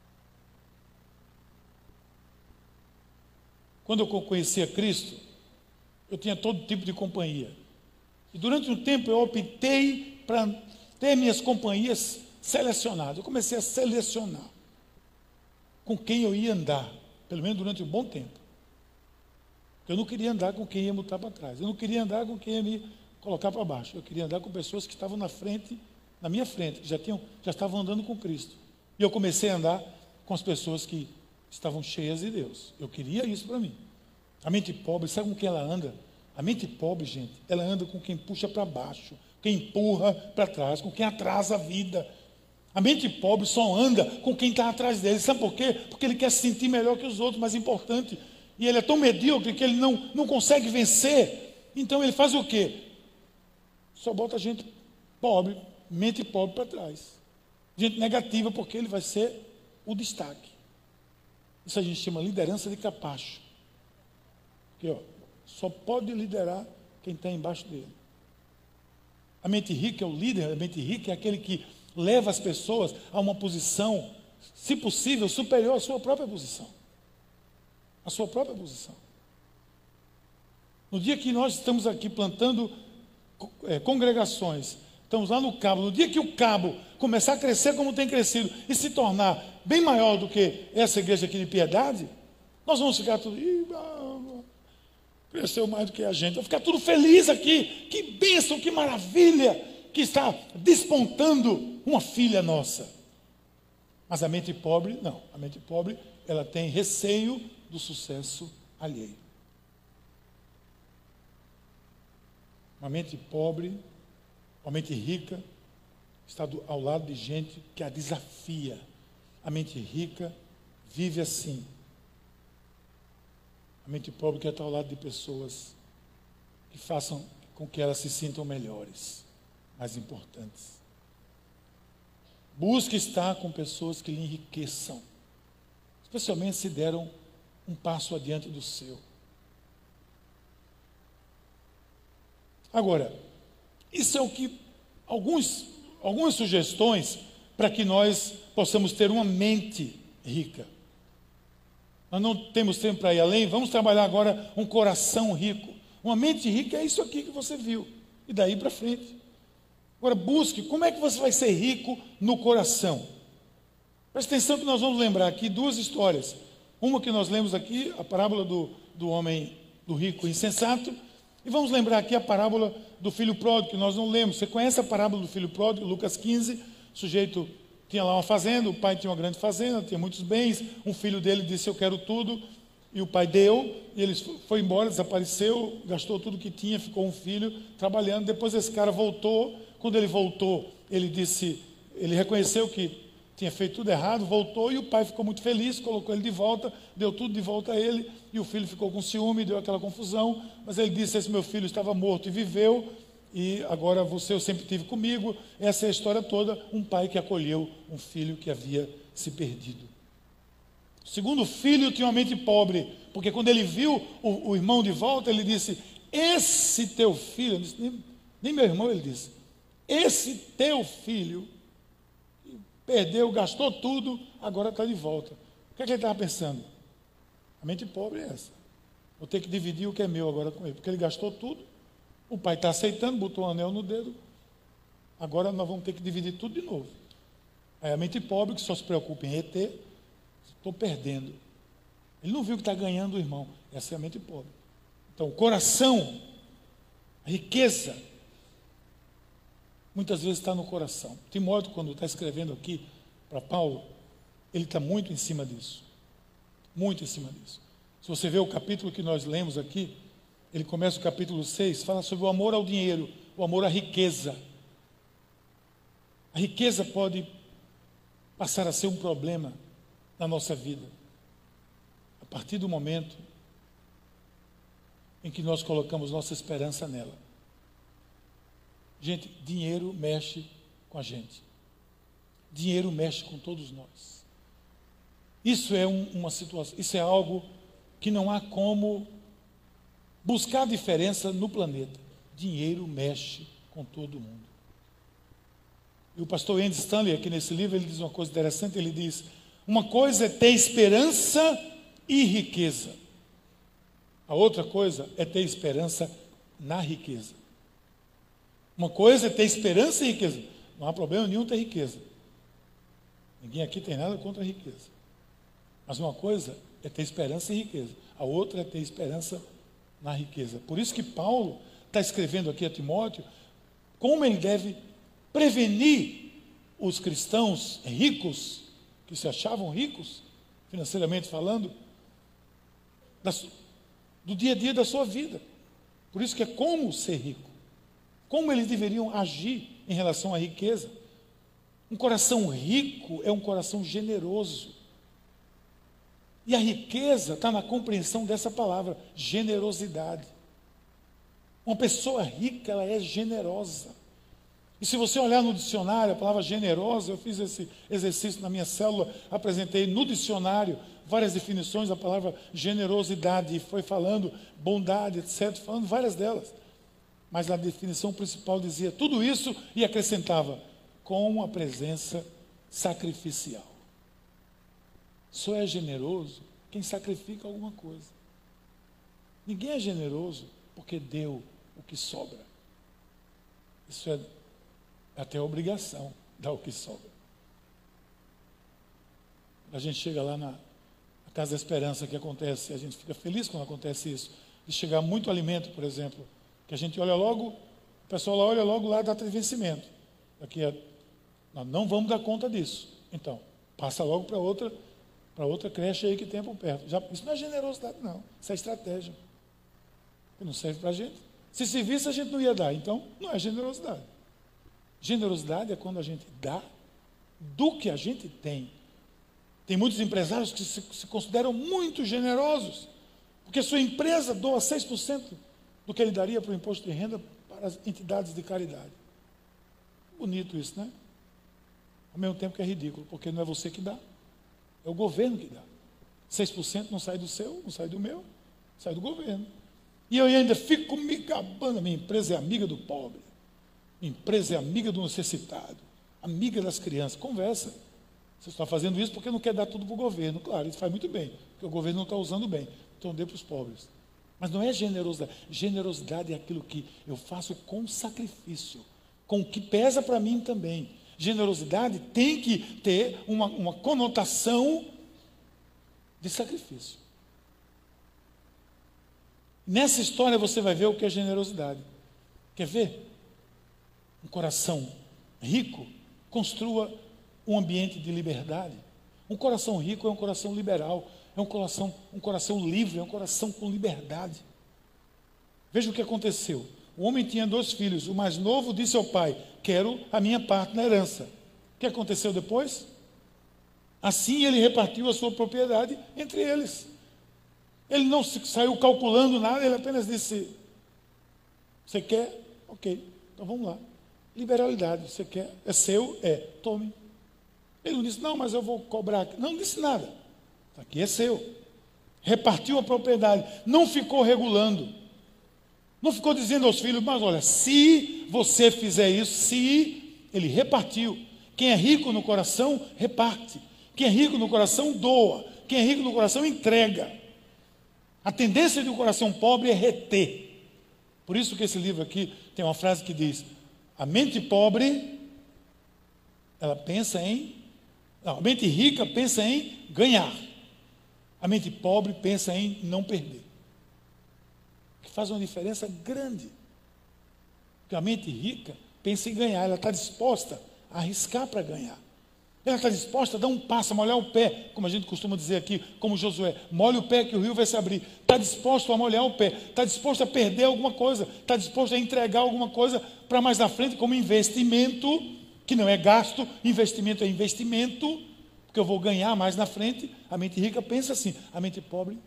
Quando eu conhecia Cristo, eu tinha todo tipo de companhia. E durante um tempo eu optei para ter minhas companhias selecionadas. Eu comecei a selecionar com quem eu ia andar, pelo menos durante um bom tempo. Eu não queria andar com quem ia me botar para trás. Eu não queria andar com quem ia me colocar para baixo. Eu queria andar com pessoas que estavam na frente, na minha frente, que já, tinham, já estavam andando com Cristo. E eu comecei a andar com as pessoas que estavam cheias de Deus. Eu queria isso para mim. A mente pobre, sabe com quem ela anda? A mente pobre, gente, ela anda com quem puxa para baixo, quem empurra para trás, com quem atrasa a vida. A mente pobre só anda com quem está atrás dele. Sabe por quê? Porque ele quer se sentir melhor que os outros, mais importante. E ele é tão medíocre que ele não, não consegue vencer. Então ele faz o quê? Só bota gente pobre, mente pobre para trás. Gente negativa, porque ele vai ser o destaque. Isso a gente chama liderança de capacho. Porque ó, só pode liderar quem está embaixo dele. A mente rica é o líder, a mente rica é aquele que leva as pessoas a uma posição, se possível, superior à sua própria posição. A sua própria posição. No dia que nós estamos aqui plantando é, congregações, estamos lá no Cabo, no dia que o Cabo começar a crescer como tem crescido e se tornar bem maior do que essa igreja aqui de Piedade, nós vamos ficar tudo, Ih, cresceu mais do que a gente, vamos ficar tudo feliz aqui, que bênção, que maravilha, que está despontando uma filha nossa. Mas a mente pobre, não, a mente pobre, ela tem receio do sucesso alheio. Uma mente pobre, uma mente rica, está do, ao lado de gente que a desafia. A mente rica vive assim. A mente pobre quer estar ao lado de pessoas que façam com que elas se sintam melhores, mais importantes. Busque estar com pessoas que lhe enriqueçam, especialmente se deram um passo adiante do seu. Agora, isso é o que alguns, algumas sugestões para que nós possamos ter uma mente rica. Nós não temos tempo para ir além, vamos trabalhar agora um coração rico. Uma mente rica é isso aqui que você viu, e daí para frente. Agora busque, como é que você vai ser rico no coração? Preste atenção que nós vamos lembrar aqui duas histórias. Uma que nós lemos aqui, a parábola do, do homem, do rico insensato, e vamos lembrar aqui a parábola do filho pródigo, que nós não lemos. Você conhece a parábola do filho pródigo, Lucas quinze, o sujeito tinha lá uma fazenda, o pai tinha uma grande fazenda, tinha muitos bens, um filho dele disse, eu quero tudo, e o pai deu, e ele foi embora, desapareceu, gastou tudo que tinha, ficou um filho trabalhando, depois esse cara voltou, quando ele voltou, ele disse, ele reconheceu que tinha feito tudo errado, voltou, e o pai ficou muito feliz, colocou ele de volta, deu tudo de volta a ele, e o filho ficou com ciúme, deu aquela confusão, mas ele disse, esse meu filho estava morto e viveu, e agora você eu sempre tive comigo. Essa é a história toda, um pai que acolheu um filho que havia se perdido. O segundo filho tinha uma mente pobre, porque quando ele viu o, o irmão de volta, ele disse, esse teu filho, disse, nem, nem meu irmão, ele disse, esse teu filho perdeu, gastou tudo, agora está de volta. O que é que ele estava pensando? A mente pobre é essa. Vou ter que dividir o que é meu agora com ele, porque ele gastou tudo. O pai está aceitando, botou um anel no dedo. Agora nós vamos ter que dividir tudo de novo. Aí a mente pobre, que só se preocupa em reter, estou perdendo. Ele não viu que está ganhando o irmão. Essa é a mente pobre. Então, o coração, a riqueza, muitas vezes está no coração. Timóteo, quando está escrevendo aqui para Paulo, ele está muito em cima disso. Muito em cima disso. Se você vê o capítulo que nós lemos aqui, ele começa o capítulo seis, fala sobre o amor ao dinheiro, o amor à riqueza. A riqueza pode passar a ser um problema na nossa vida, a partir do momento em que nós colocamos nossa esperança nela. Gente, dinheiro mexe com a gente. Dinheiro mexe com todos nós. Isso é um, uma situação, isso é algo que não há como buscar diferença no planeta. Dinheiro mexe com todo mundo. E o pastor Andy Stanley, aqui nesse livro, ele diz uma coisa interessante, ele diz, uma coisa é ter esperança e riqueza. A outra coisa é ter esperança na riqueza. Uma coisa é ter esperança e riqueza. Não há problema nenhum ter riqueza. Ninguém aqui tem nada contra a riqueza. Mas uma coisa é ter esperança e riqueza. A outra é ter esperança na riqueza. Por isso que Paulo está escrevendo aqui a Timóteo como ele deve prevenir os cristãos ricos, que se achavam ricos, financeiramente falando, do dia a dia da sua vida. Por isso que é como ser rico. Como eles deveriam agir em relação à riqueza. Um coração rico é um coração generoso. E a riqueza está na compreensão dessa palavra, generosidade. Uma pessoa rica, ela é generosa. E se você olhar no dicionário, a palavra generosa, eu fiz esse exercício na minha célula, apresentei no dicionário várias definições da palavra generosidade, e foi falando bondade, etcétera, falando várias delas. Mas a definição principal dizia tudo isso e acrescentava, com a presença sacrificial. Só é generoso quem sacrifica alguma coisa. Ninguém é generoso porque deu o que sobra. Isso é até obrigação, dar o que sobra. A gente chega lá na, na Casa da Esperança, que acontece, a gente fica feliz quando acontece isso, de chegar muito alimento, por exemplo, que a gente olha logo, o pessoal lá olha logo lá, data de vencimento. Daqui a, nós não vamos dar conta disso. Então, passa logo para outra, para outra creche aí que tem por perto. Já, isso não é generosidade, não. Isso é estratégia. Que não serve para a gente. Se servisse, a gente não ia dar. Então, não é generosidade. Generosidade é quando a gente dá do que a gente tem. Tem muitos empresários que se, se consideram muito generosos, porque sua empresa doa seis por cento do que ele daria para o imposto de renda para as entidades de caridade. Bonito isso, né? Ao mesmo tempo que é ridículo, porque não é você que dá, é o governo que dá. seis por cento não sai do seu, não sai do meu, sai do governo. E eu ainda fico me gabando, minha empresa é amiga do pobre, minha empresa é amiga do necessitado, amiga das crianças. Conversa. Você está fazendo isso porque não quer dar tudo para o governo. Claro, isso faz muito bem, porque o governo não está usando bem. Então dê para os pobres. Mas não é generosidade. Generosidade é aquilo que eu faço com sacrifício, com o que pesa para mim também. Generosidade tem que ter uma, uma conotação de sacrifício. Nessa história você vai ver o que é generosidade. Quer ver? Um coração rico construa um ambiente de liberdade. Um coração rico é um coração liberal, é um coração, um coração livre, é um coração com liberdade. Veja o que aconteceu. O homem tinha dois filhos. O mais novo disse ao pai, quero a minha parte na herança. O que aconteceu depois? Assim ele repartiu a sua propriedade entre eles. Ele não saiu calculando nada, ele apenas disse, você quer? Ok, então vamos lá. Liberalidade, você quer? É seu? É, tome. Ele não disse, não, mas eu vou cobrar. Não, não disse nada. Aqui é seu. Repartiu a propriedade. Não ficou regulando. Não ficou dizendo aos filhos, mas olha, se você fizer isso, se ele repartiu. Quem é rico no coração, reparte. Quem é rico no coração, doa. Quem é rico no coração, entrega. A tendência de um coração pobre é reter. Por isso que esse livro aqui tem uma frase que diz, a mente pobre, ela pensa em... Não, a mente rica pensa em ganhar. A mente pobre pensa em não perder. Que faz uma diferença grande. Porque a mente rica pensa em ganhar, ela está disposta a arriscar para ganhar. Ela está disposta a dar um passo, a molhar o pé, como a gente costuma dizer aqui, como Josué, molha o pé que o rio vai se abrir. Está disposto a molhar o pé, está disposto a perder alguma coisa, está disposto a entregar alguma coisa para mais na frente como investimento, que não é gasto, investimento é investimento, porque eu vou ganhar mais na frente. A mente rica pensa assim, a mente pobre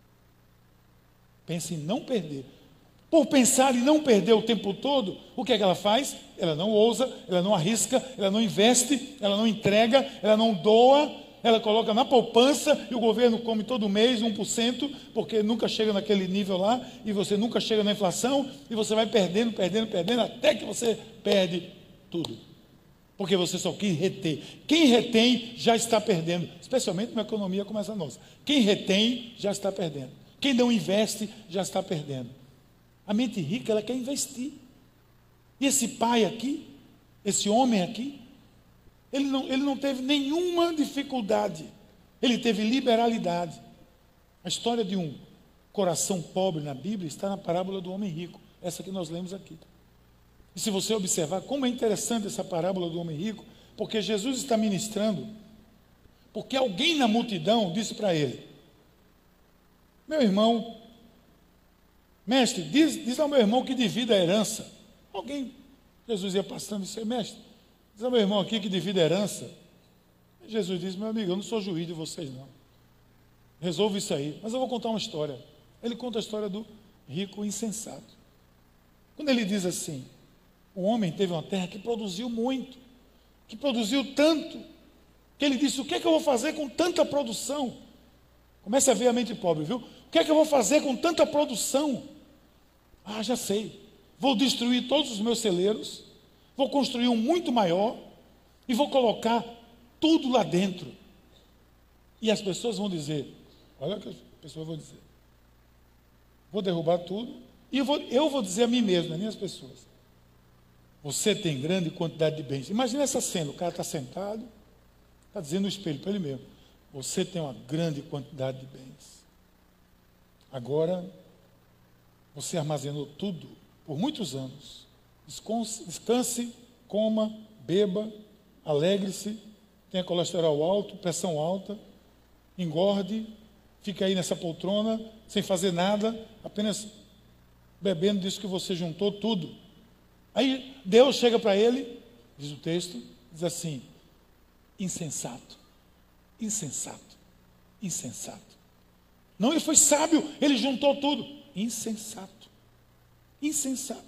pensa em não perder. Por pensar em não perder o tempo todo, o que é que ela faz? Ela não ousa, ela não arrisca, ela não investe, ela não entrega, ela não doa, ela coloca na poupança e o governo come todo mês um por cento, porque nunca chega naquele nível lá, e você nunca chega na inflação, e você vai perdendo, perdendo, perdendo, até que você perde tudo. porque você só quis reter. Quem retém já está perdendo, especialmente numa economia como essa nossa. Quem retém já está perdendo. Quem não investe já está perdendo. A mente rica, ela quer investir. E esse pai aqui, esse homem aqui, ele não, ele não teve nenhuma dificuldade. Ele teve liberalidade. A história de um coração pobre na Bíblia está na parábola do homem rico, essa que nós lemos aqui. E se você observar como é interessante essa parábola do homem rico, porque Jesus está ministrando, porque alguém na multidão disse para ele: meu irmão, mestre, diz, diz ao meu irmão que divida a herança. Alguém, Jesus ia passando e disse: mestre, diz ao meu irmão aqui que divida a herança. E Jesus disse: meu amigo, eu não sou juiz de vocês não, resolve isso aí. Mas eu vou contar uma história. Ele conta a história do rico insensato. Quando ele diz assim: o homem teve uma terra que produziu muito, que produziu tanto, que ele disse: o que é que eu vou fazer com tanta produção? Comece a ver a mente pobre, viu? O que é que eu vou fazer com tanta produção? Ah, já sei. Vou destruir todos os meus celeiros, vou construir um muito maior e vou colocar tudo lá dentro. E as pessoas vão dizer, olha o que as pessoas vão dizer: vou derrubar tudo e eu vou, eu vou dizer a mim mesmo, a minhas pessoas: você tem grande quantidade de bens. Imagina essa cena, o cara está sentado, está dizendo no espelho para ele mesmo: você tem uma grande quantidade de bens. Agora, você armazenou tudo por muitos anos. Descanse, descanse, coma, beba, alegre-se, tenha colesterol alto, pressão alta, engorde, fique aí nessa poltrona, sem fazer nada, apenas bebendo disso que você juntou tudo. Aí Deus chega para ele, diz o texto, diz assim: insensato, insensato, insensato. Não, ele foi sábio, ele juntou tudo. Insensato, insensato.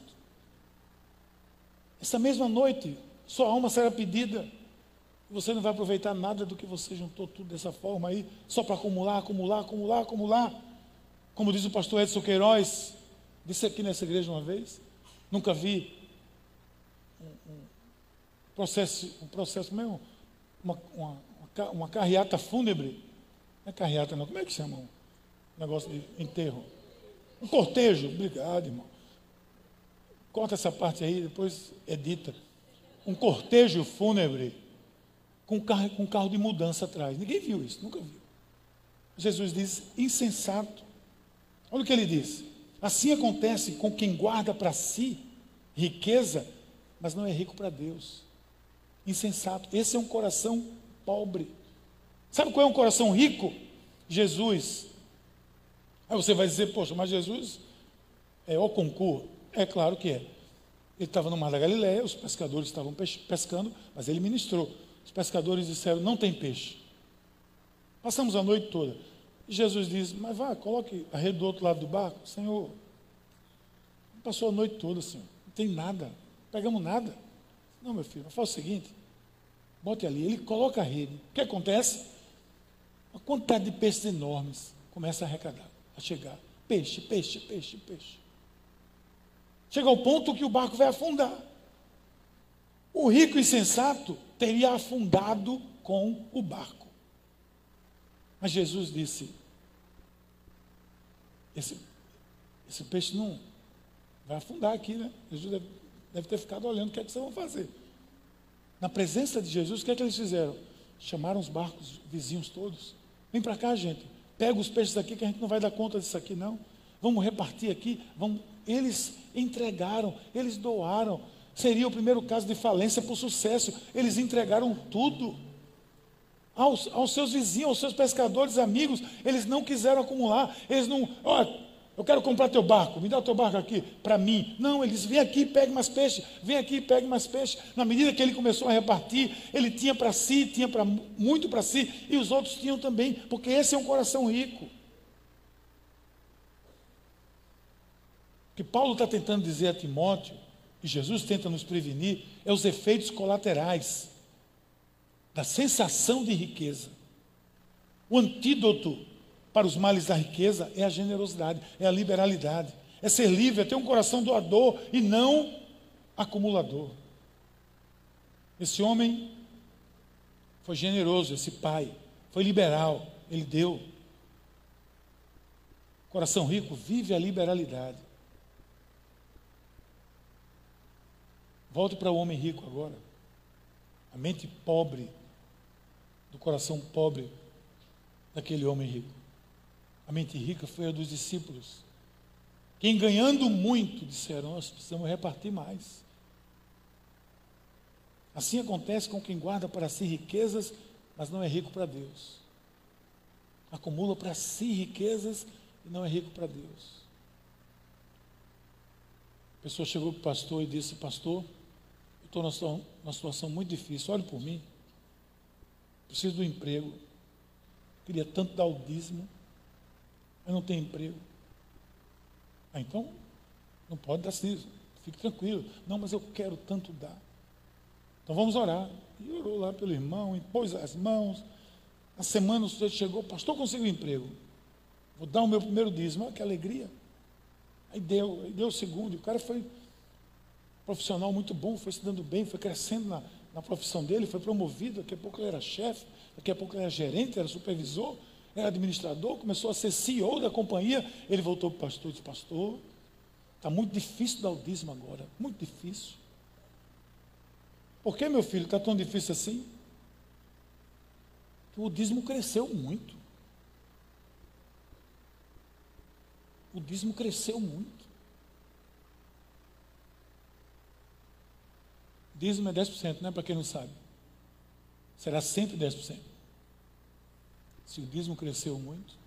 Essa mesma noite, sua alma será pedida. Você não vai aproveitar nada do que você juntou tudo dessa forma aí, só para acumular, acumular, acumular, acumular. Como diz o pastor Edson Queiroz, disse aqui nessa igreja uma vez, nunca vi um, um processo, um processo mesmo, uma, uma, uma carreata fúnebre. Não é carreata não, como é que chama um negócio de enterro? Um cortejo, obrigado, irmão. Corta essa parte aí, depois edita. Um cortejo fúnebre com carro, com carro de mudança atrás. Ninguém viu isso, nunca viu. Jesus diz: insensato. Olha o que ele diz: assim acontece com quem guarda para si riqueza, mas não é rico para Deus. Insensato. Esse é um coração pobre. Sabe qual é um coração rico? Jesus. Aí você vai dizer: poxa, mas Jesus é o concurso. É claro que é. Ele estava no Mar da Galileia, os pescadores estavam pescando, mas ele ministrou. Os pescadores disseram: não tem peixe. Passamos a noite toda. E Jesus diz: mas vá, coloque a rede do outro lado do barco. Senhor, passou a noite toda, Senhor, não tem nada, não pegamos nada. Não, meu filho, faz o seguinte, bote ali. Ele coloca a rede. O que acontece? Uma quantidade de peixes enormes começa a arrecadar, a chegar. Peixe, peixe, peixe, peixe. Chega ao ponto que o barco vai afundar. O rico insensato teria afundado com o barco. Mas Jesus disse: esse, esse peixe não vai afundar aqui, né? Jesus deve, deve ter ficado olhando o que é que vocês vão fazer. Na presença de Jesus, o que é que eles fizeram? Chamaram os barcos vizinhos todos. Vem para cá, gente. Pega os peixes aqui que a gente não vai dar conta disso aqui, não. Vamos repartir aqui. Vamos. Eles entregaram, eles doaram. Seria o primeiro caso de falência por sucesso. Eles entregaram tudo aos, aos seus vizinhos, aos seus pescadores, amigos. Eles não quiseram acumular. Eles não, ó, eu quero comprar teu barco, me dá o teu barco aqui, para mim. Não, eles vêm aqui e peguem mais peixe, vem aqui e peguem mais peixe. Na medida que ele começou a repartir, ele tinha para si, tinha pra, muito para si, e os outros tinham também, porque esse é um coração rico. O que Paulo está tentando dizer a Timóteo, e Jesus tenta nos prevenir, é os efeitos colaterais da sensação de riqueza. O antídoto para os males da riqueza é a generosidade, é a liberalidade, é ser livre, é ter um coração doador e não acumulador. Esse homem foi generoso, esse pai, foi liberal, ele deu. Coração rico vive a liberalidade. Volte para o homem rico agora. A mente pobre, do coração pobre daquele homem rico. A mente rica foi a dos discípulos. Quem ganhando muito disseram, nós precisamos repartir mais. Assim acontece com quem guarda para si riquezas, mas não é rico para Deus. Acumula para si riquezas e não é rico para Deus. A pessoa chegou para o pastor e disse, pastor, eu estou numa, numa situação muito difícil, olhe por mim. Preciso do emprego. Queria tanto dar o dízimo, mas não tenho emprego. Ah, então, não pode dar dízimo, fique tranquilo. Não, mas eu quero tanto dar. Então vamos orar. E orou lá pelo irmão, impôs as mãos. Na semana o sujeito chegou, pastor, consigo um emprego. Vou dar o meu primeiro dízimo. Olha que alegria. Aí deu, aí deu o segundo. E o cara foi profissional muito bom, foi se dando bem, foi crescendo na, na profissão dele, foi promovido. Daqui a pouco ele era chefe, daqui a pouco ele era gerente, era supervisor, era administrador, começou a ser C E O da companhia. Ele voltou para o pastor e disse, pastor, está muito difícil dar o dízimo agora, muito difícil. Por que, meu filho, está tão difícil assim? O dízimo cresceu muito. O dízimo cresceu muito. Dízimo é dez por cento, né? Para quem não sabe. Será sempre dez por cento. Se o dízimo cresceu muito,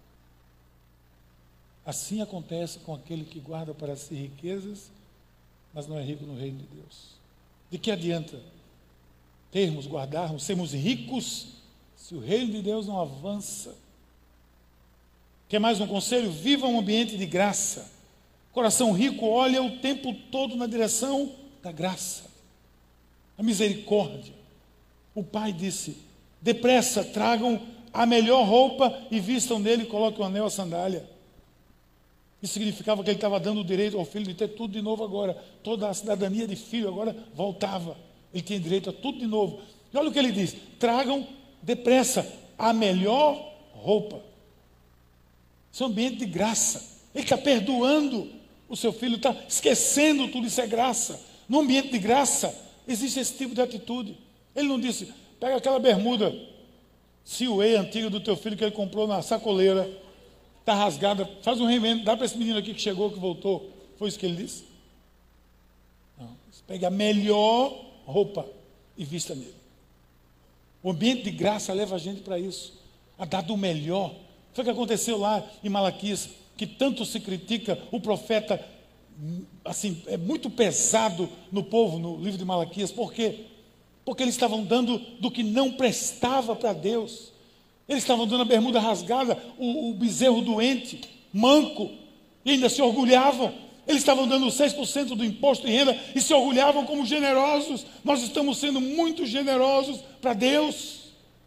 assim acontece com aquele que guarda para si riquezas, mas não é rico no reino de Deus. De que adianta termos, guardarmos, sermos ricos, se o reino de Deus não avança? Quer mais um conselho? Viva um ambiente de graça. Coração rico olha o tempo todo na direção da graça, a misericórdia. O pai disse, depressa, tragam a melhor roupa e vistam nele e coloquem o anel, a sandália. Isso significava que ele estava dando o direito ao filho de ter tudo de novo agora. Toda a cidadania de filho agora voltava. Ele tinha direito a tudo de novo. E olha o que ele diz, tragam depressa a melhor roupa. Isso é um ambiente de graça. Ele está perdoando o seu filho, está esquecendo tudo, isso é graça. No ambiente de graça, existe esse tipo de atitude. Ele não disse, pega aquela bermuda Silway antiga do teu filho que ele comprou na sacoleira, está rasgada, faz um remendo, dá para esse menino aqui que chegou, que voltou. Foi isso que ele disse? Não. Pegue a melhor roupa e vista nele. O ambiente de graça leva a gente para isso, a dar do melhor. Foi o que aconteceu lá em Malaquias, que tanto se critica o profeta, assim, é muito pesado no povo, no livro de Malaquias. Por quê? Porque eles estavam dando do que não prestava para Deus. Eles estavam dando a bermuda rasgada, o, o bezerro doente, manco, e ainda se orgulhavam. Eles estavam dando seis por cento do imposto de renda e se orgulhavam como generosos. Nós estamos sendo muito generosos para Deus.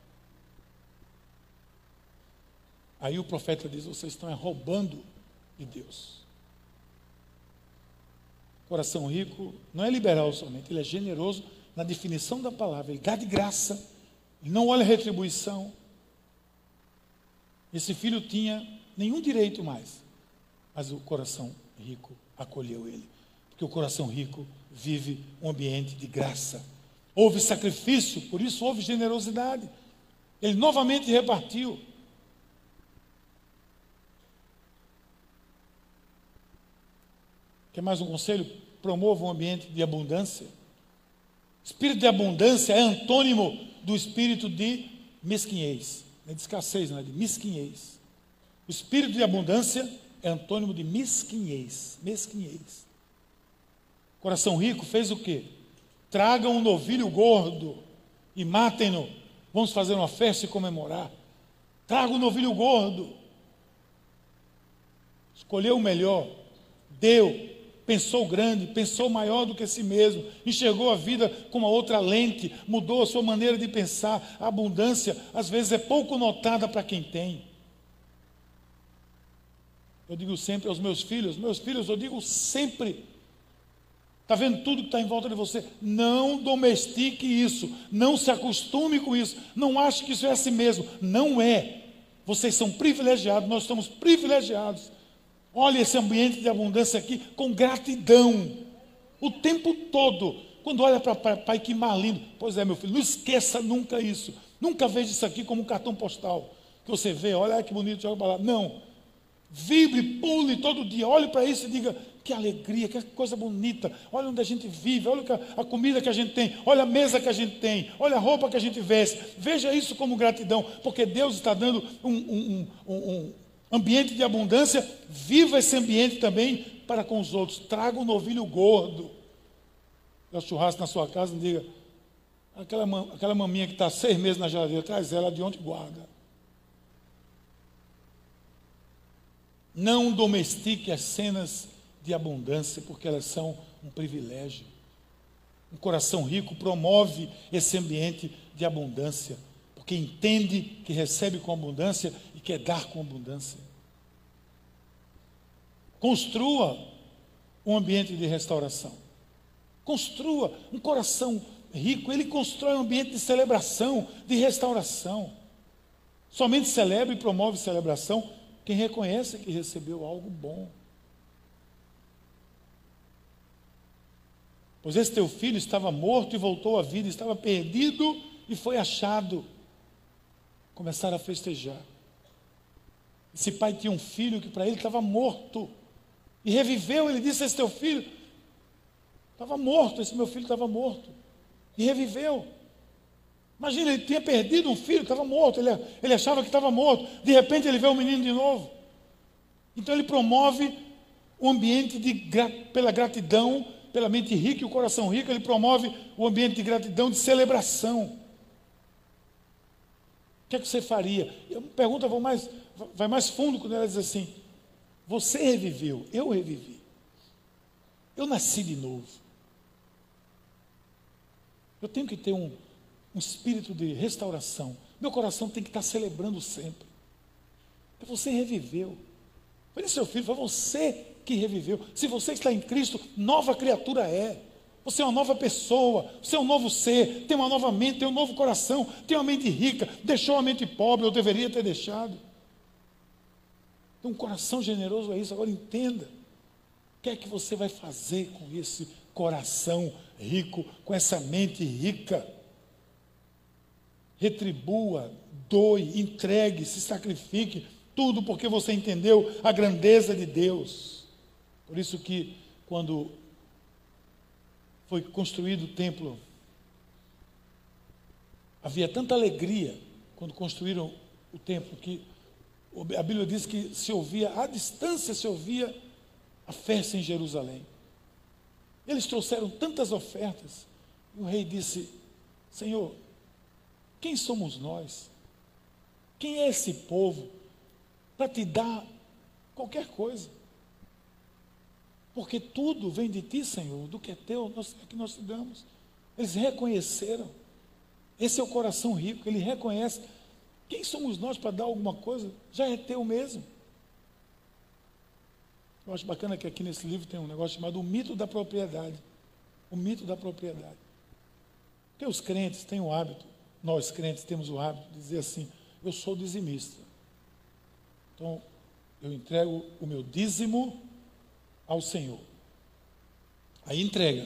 Aí o profeta diz, vocês estão roubando de Deus. Coração rico não é liberal somente, ele é generoso na definição da palavra. Ele dá de graça, ele não olha a retribuição. Esse filho tinha nenhum direito mais, mas o coração rico acolheu ele, porque o coração rico vive um ambiente de graça. Houve sacrifício, por isso houve generosidade. Ele novamente repartiu. Quer mais um conselho? Promova um ambiente de abundância. Espírito de abundância é antônimo do espírito de mesquinhez. Não é de escassez, não é de mesquinhez. O espírito de abundância é antônimo de mesquinhez. Mesquinhez. Coração rico fez o quê? Tragam um novilho gordo e matem-no. Vamos fazer uma festa e comemorar. Traga um novilho gordo. Escolheu o melhor. Deu. Pensou grande, pensou maior do que si mesmo, enxergou a vida com uma outra lente, mudou a sua maneira de pensar. A abundância, às vezes, é pouco notada para quem tem. Eu digo sempre aos meus filhos, meus filhos, eu digo sempre, Está vendo tudo que está em volta de você? Não domestique isso. Não se acostume com isso. Não ache que isso é assim mesmo. Não é. Vocês são privilegiados, nós somos privilegiados. Olha esse ambiente de abundância aqui com gratidão. O tempo todo. Quando olha para pai, pai, que mar lindo. Pois é, meu filho, não esqueça nunca isso. Nunca veja isso aqui como um cartão postal. Que você vê, olha que bonito, joga para lá. Não. Vibre, pule todo dia. Olhe para isso e diga, que alegria, que coisa bonita. Olha onde a gente vive, olha a comida que a gente tem. Olha a mesa que a gente tem. Olha a roupa que a gente veste. Veja isso como gratidão. Porque Deus está dando um, um, um, um ambiente de abundância. Viva esse ambiente também para com os outros. Traga um novilho gordo. Dá churrasco na sua casa e diga, aquela, aquela maminha que está seis meses na geladeira, traz ela de onde guarda. Não domestique as cenas de abundância, porque elas são um privilégio. Um coração rico promove esse ambiente de abundância, porque entende que recebe com abundância e quer dar com abundância. Construa um ambiente de restauração. Construa um coração rico, ele constrói um ambiente de celebração, de restauração. Somente celebra e promove celebração quem reconhece que recebeu algo bom. Pois esse teu filho estava morto e voltou à vida, estava perdido e foi achado. Começaram a festejar. Esse pai tinha um filho que para ele estava morto e reviveu. Ele disse, esse teu filho estava morto, esse meu filho estava morto e reviveu. Imagina, ele tinha perdido um filho, estava morto, ele, ele achava que estava morto, de repente ele vê o menino de novo. Então ele promove um ambiente de, pela gratidão, pela mente rica e o coração rico, ele promove o ambiente de gratidão, de celebração. O que é que você faria? A pergunta vai mais, vai mais fundo quando ela diz assim, você reviveu, eu revivi, eu nasci de novo. Eu tenho que ter um um espírito de restauração. Meu coração tem que estar celebrando sempre. Você reviveu. Foi seu filho, foi você que reviveu. Se você está em Cristo, nova criatura é. Você é uma nova pessoa, você é um novo ser, tem uma nova mente, tem um novo coração, tem uma mente rica, deixou a mente pobre, eu deveria ter deixado. Tem um coração generoso, é isso. Agora entenda. O que é que você vai fazer com esse coração rico, com essa mente rica? Retribua, doe, entregue, se sacrifique, tudo porque você entendeu a grandeza de Deus. Por isso que quando foi construído o templo, havia tanta alegria quando construíram o templo, que a Bíblia diz que se ouvia, à distância se ouvia a festa em Jerusalém. Eles trouxeram tantas ofertas, e o rei disse, Senhor, quem somos nós? Quem é esse povo para te dar qualquer coisa? Porque tudo vem de ti, Senhor, do que é teu, nós, é que nós te damos. Eles reconheceram. Esse é o coração rico, ele reconhece. Quem somos nós para dar alguma coisa? Já é teu mesmo. Eu acho bacana que aqui nesse livro tem um negócio chamado o mito da propriedade. O mito da propriedade. Porque os crentes têm o hábito, nós crentes temos o hábito de dizer assim, eu sou dizimista. Então, eu entrego o meu dízimo ao Senhor. Aí entrega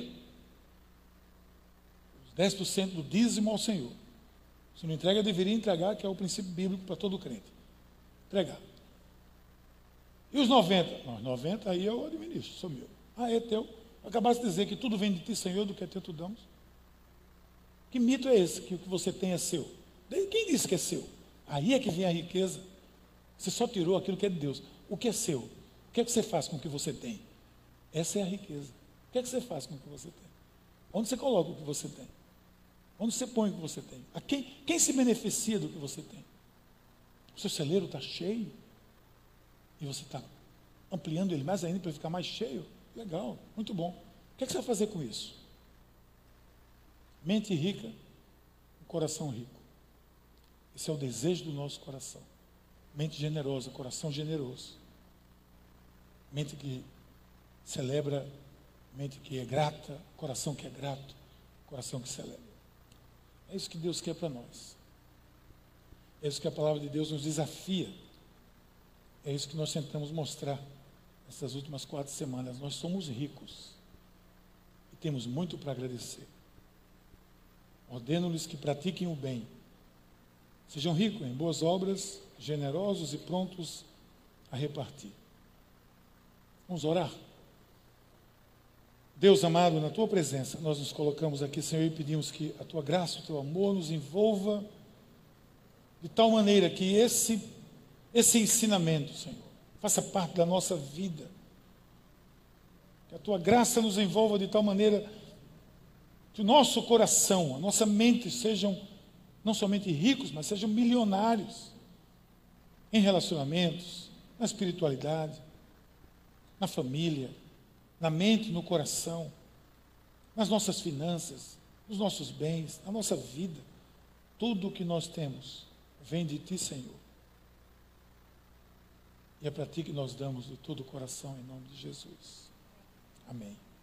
os dez por cento do dízimo ao Senhor. Se não entrega, deveria entregar, que é o princípio bíblico para todo crente. Entregar. E os noventa? Não, noventa aí eu administro, sou meu. Ah, é teu. Acabaste de dizer que tudo vem de ti, Senhor, do que é teu tu damos. Que mito é esse, que o que você tem é seu? Quem disse que é seu? Aí é que vem a riqueza. Você só tirou aquilo que é de Deus. O que é seu? O que é que você faz com o que você tem? Essa é a riqueza. O que é que você faz com o que você tem? Onde você coloca o que você tem? Onde você põe o que você tem? A quem, quem se beneficia do que você tem? O seu celeiro está cheio e você está ampliando ele mais ainda para ele ficar mais cheio? Legal, muito bom. O que é que você vai fazer com isso? Mente rica, coração rico. Esse é o desejo do nosso coração. Mente generosa, coração generoso. Mente que celebra mente que é grata, coração que é grato, coração que celebra. É isso que Deus quer para nós. É isso que a palavra de Deus nos desafia. É isso que nós tentamos mostrar nessas últimas quatro semanas. Nós somos ricos e temos muito para agradecer. Ordeno-lhes que pratiquem o bem. Sejam ricos em boas obras, generosos e prontos a repartir. Vamos orar? Deus amado, na Tua presença, nós nos colocamos aqui, Senhor, e pedimos que a Tua graça, o Teu amor nos envolva de tal maneira que esse, esse ensinamento, Senhor, faça parte da nossa vida. Que a Tua graça nos envolva de tal maneira que o nosso coração, a nossa mente sejam não somente ricos, mas sejam milionários em relacionamentos, na espiritualidade, na família, na mente, no coração, nas nossas finanças, nos nossos bens, na nossa vida. Tudo o que nós temos vem de Ti, Senhor. E é para Ti que nós damos de todo o coração, em nome de Jesus. Amém.